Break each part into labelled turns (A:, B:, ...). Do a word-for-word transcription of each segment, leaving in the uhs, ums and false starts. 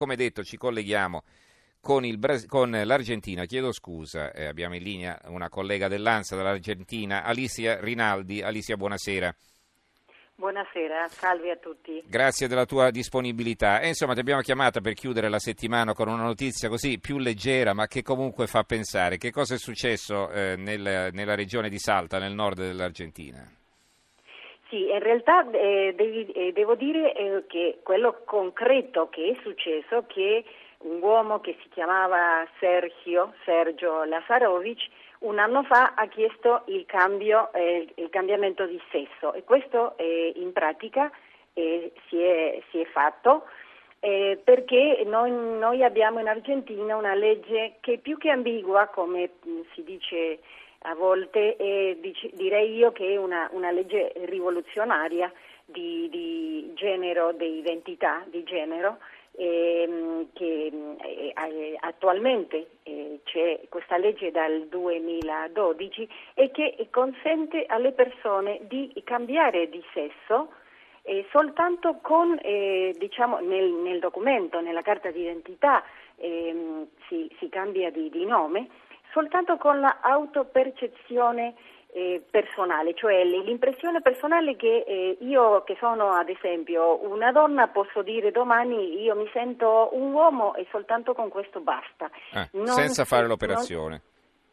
A: Come detto, ci colleghiamo con, il Bras- con l'Argentina. Chiedo scusa, eh, abbiamo in linea una collega dell'ANSA dall'Argentina, Alicia Rinaldi. Alicia, buonasera.
B: Buonasera, salve a tutti.
A: Grazie della tua disponibilità. E insomma, ti abbiamo chiamata per chiudere la settimana con una notizia così più leggera, ma che comunque fa pensare. Che cosa è successo eh, nel, nella regione di Salta, nel nord dell'Argentina?
B: Sì, in realtà eh, devi, eh, devo dire eh, che quello concreto che è successo è che un uomo che si chiamava Sergio, Sergio Lazarovic, un anno fa ha chiesto il cambio, eh, il cambiamento di sesso e questo eh, in pratica eh, si, è, si è fatto eh, perché noi, noi abbiamo in Argentina una legge che più che ambigua, come mh, si dice a volte, eh, dic- direi io che è una, una legge rivoluzionaria di, di genero, di identità di genero, ehm, che eh, attualmente eh, c'è questa legge dal duemiladodici e che consente alle persone di cambiare di sesso eh, soltanto con, eh, diciamo, nel, nel documento, nella carta d'identità ehm, si, si cambia di, di nome, soltanto con la autopercezione eh, personale, cioè l'impressione personale che eh, io che sono ad esempio una donna posso dire domani io mi sento un uomo e soltanto con questo basta.
A: Ah,
B: non,
A: senza fare
B: non,
A: l'operazione.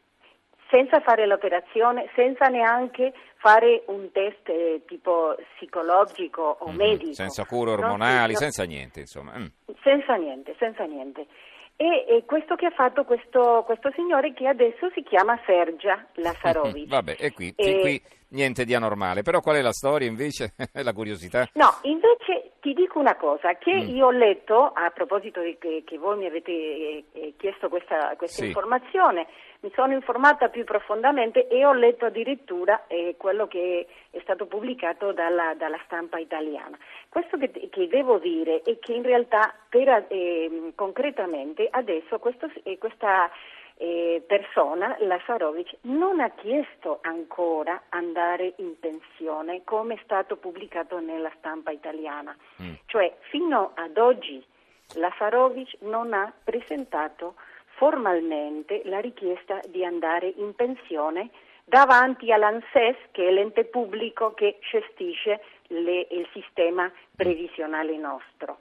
B: Senza fare l'operazione, senza neanche fare un test eh, tipo psicologico o
A: Mm-hmm.
B: medico.
A: Senza cure ormonali,
B: si, no,
A: senza niente, insomma. Mm.
B: Senza niente, senza niente. E, e questo che ha fatto questo, questo signore che adesso si chiama Sergia Lazarovic.
A: Vabbè, e qui,
B: e,
A: qui niente di anormale, però qual è la storia invece? La curiosità?
B: No, invece ti dico una cosa, che
A: mm.
B: io ho letto, a proposito di che, che voi mi avete eh, chiesto questa, questa
A: sì.
B: informazione, mi sono informata più profondamente e ho letto addirittura eh, quello che è stato pubblicato dalla, dalla stampa italiana. Questo che, che devo dire è che in realtà per, eh, concretamente adesso questo, eh, questa eh, persona, Lazarovic, non ha chiesto ancora andare in pensione come è stato pubblicato nella stampa italiana. Mm. Cioè fino ad oggi Lazarovic non ha presentato formalmente la richiesta di andare in pensione davanti all'ANSES, che è l'ente pubblico che gestisce le, il sistema previsionale nostro.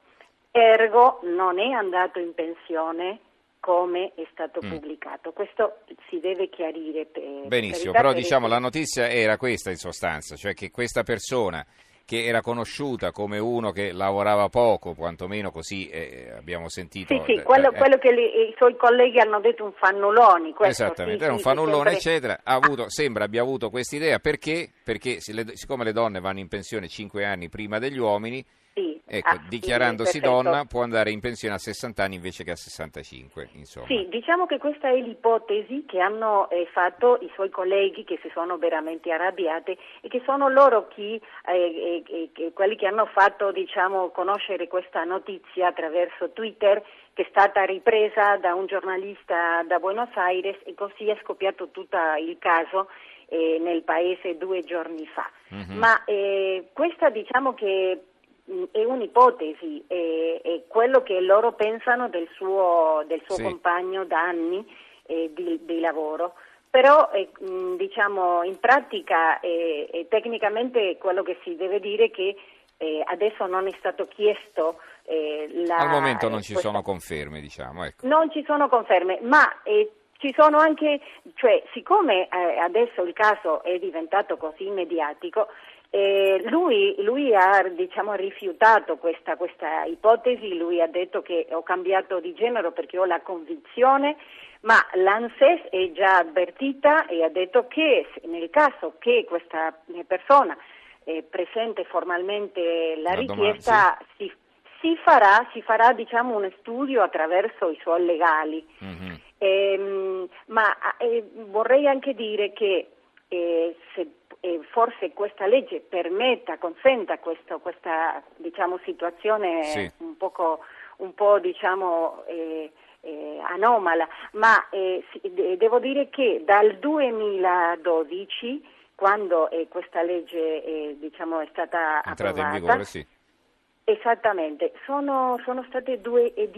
B: Ergo non è andato in pensione come è stato mm. pubblicato. Questo si deve chiarire. Per,
A: Benissimo,
B: per
A: però
B: per
A: diciamo la notizia era questa in sostanza, cioè che questa persona che era conosciuta come uno che lavorava poco, quantomeno così eh, abbiamo sentito.
B: Sì, sì, quello,
A: eh,
B: quello che li, i suoi colleghi hanno detto un fannulloni. Questo,
A: esattamente,
B: sì,
A: era un
B: sì,
A: fannullone,
B: sempre...
A: eccetera. Ha avuto, ah. Sembra abbia avuto quest'idea perché? Perché siccome le donne vanno in pensione cinque anni prima degli uomini,
B: sì,
A: ecco,
B: ah,
A: dichiarandosi
B: sì,
A: donna può andare in pensione a sessanta anni invece che a sessantacinque. Insomma.
B: Sì, diciamo che questa è l'ipotesi che hanno eh, fatto i suoi colleghi che si sono veramente arrabbiati e che sono loro chi, eh, eh, eh, quelli che hanno fatto diciamo, conoscere questa notizia attraverso Twitter, che è stata ripresa da un giornalista da Buenos Aires e così è scoppiato tutto il caso eh, nel paese due giorni fa. Mm-hmm. Ma eh, questa diciamo che è un'ipotesi, è, è quello che loro pensano del suo, del suo sì. compagno da anni eh, di, di lavoro, però eh, diciamo in pratica e eh, tecnicamente quello che si deve dire è che eh, adesso non è stato chiesto eh, la,
A: al momento non
B: eh,
A: ci
B: questa...
A: sono conferme, diciamo. Ecco.
B: Non ci sono conferme, ma eh, ci sono anche, cioè siccome eh, adesso il caso è diventato così mediatico, Eh, lui, lui ha diciamo, rifiutato questa, questa ipotesi, lui ha detto che ho cambiato di genere perché ho la convinzione, ma l'ANSES è già avvertita e ha detto che nel caso che questa persona eh, presenti formalmente la, la richiesta domanda, sì. si, si farà, si farà diciamo, un studio attraverso i suoi legali. Mm-hmm. Eh, ma eh, vorrei anche dire che eh, se E forse questa legge permetta, consenta questo, questa diciamo, situazione sì. un poco, un po' diciamo eh, eh, anomala, ma eh, devo dire che dal duemiladodici, quando eh, questa legge eh, diciamo, è stata
A: entrata
B: approvata,
A: in vigore, sì.
B: Esattamente, sono, sono state due, eh,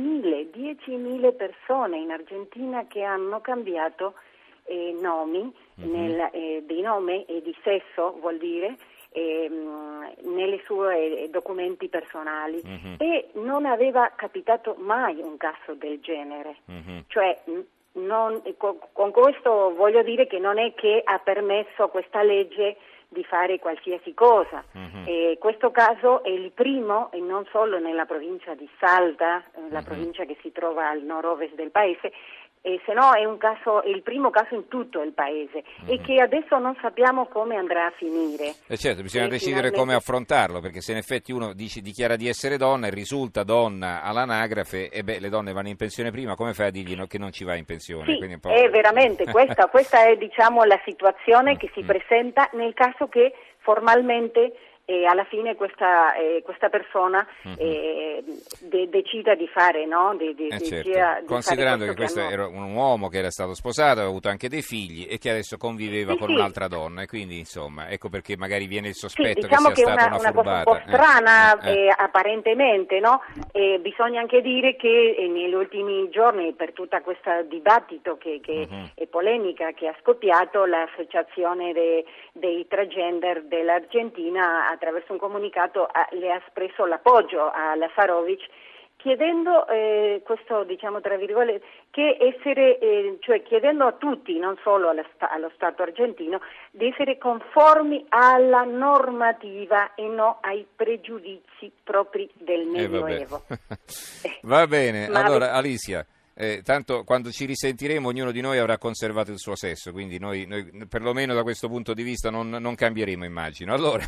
B: diecimila persone in Argentina che hanno cambiato eh, nomi, mm-hmm. nel, eh, di nome e di sesso vuol dire, eh, nelle sue documenti personali, mm-hmm. e non aveva capitato mai un caso del genere, mm-hmm. cioè non, con, con questo voglio dire che non è che ha permesso questa legge di fare qualsiasi cosa. Mm-hmm. Eh, questo caso è il primo, e non solo nella provincia di Salta, la mm-hmm. provincia che si trova al nord-ovest del paese, e se no è un caso, è il primo caso in tutto il paese, mm-hmm. e che adesso non sappiamo come andrà a finire.
A: E certo, bisogna
B: e
A: decidere
B: finalmente...
A: come affrontarlo, perché se in effetti uno dice, dichiara di essere donna e risulta donna all'anagrafe, e beh, le donne vanno in pensione prima, come fai a dirgli no, che non ci va in pensione?
B: Sì,
A: Quindi un po'...
B: è veramente questa, questa è diciamo la situazione che si
A: mm-hmm.
B: presenta nel caso che formalmente e alla fine questa, eh, questa persona eh, de- decida di fare, no? De- de-
A: eh
B: de-
A: certo.
B: sia, di
A: Considerando
B: fare
A: che questo
B: hanno...
A: era un uomo che era stato sposato, aveva avuto anche dei figli e che adesso conviveva
B: sì,
A: con
B: sì.
A: un'altra donna, e quindi insomma ecco perché magari viene il sospetto
B: sì, diciamo
A: che sia
B: che
A: stata
B: una,
A: una,
B: una cosa un
A: furbata.
B: po' strana
A: eh, eh.
B: eh, apparentemente, no? Eh, bisogna anche dire che eh, negli ultimi giorni, per tutto questo dibattito che, che uh-huh. e polemica che ha scoppiato, l'associazione de, dei transgender dell'Argentina attraverso un comunicato ha, le ha espresso l'appoggio a Lazarovic, chiedendo eh, questo, diciamo tra virgolette, che essere, eh, cioè chiedendo a tutti, non solo alla, allo Stato argentino, di essere conformi alla normativa e no ai pregiudizi propri del Medioevo.
A: Eh, Va bene,
B: Ma
A: allora
B: ave...
A: Alicia, eh, tanto quando ci risentiremo ognuno di noi avrà conservato il suo sesso, quindi noi, noi perlomeno da questo punto di vista non, non cambieremo, immagino. Allora...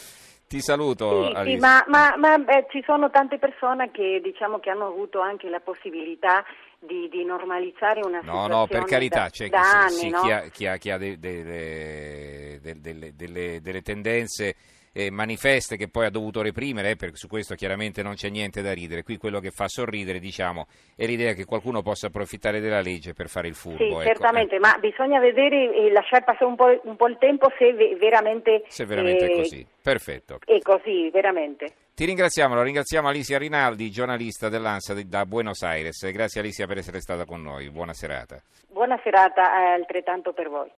A: Ti saluto.
B: Sì, sì, ma, ma, ma beh, ci sono tante persone che diciamo che hanno avuto anche la possibilità di, di normalizzare una
A: no,
B: situazione
A: no, per carità,
B: da,
A: c'è
B: da
A: chi,
B: anni,
A: sì,
B: no?
A: chi ha, chi ha, chi ha de, de, de, de, delle, delle tendenze eh, manifeste che poi ha dovuto reprimere, eh, perché su questo chiaramente non c'è niente da ridere. Qui quello che fa sorridere, diciamo, è l'idea che qualcuno possa approfittare della legge per fare il furbo.
B: Sì,
A: ecco.
B: certamente,
A: eh.
B: ma bisogna vedere e lasciare passare un po', un po' il tempo se ve- veramente,
A: se veramente
B: eh,
A: è così. Perfetto.
B: È così, veramente.
A: Ti ringraziamo, lo ringraziamo Alicia Rinaldi, giornalista dell'ANSA da Buenos Aires. Grazie Alicia per essere stata con noi, buona serata.
B: Buona serata, altrettanto per voi.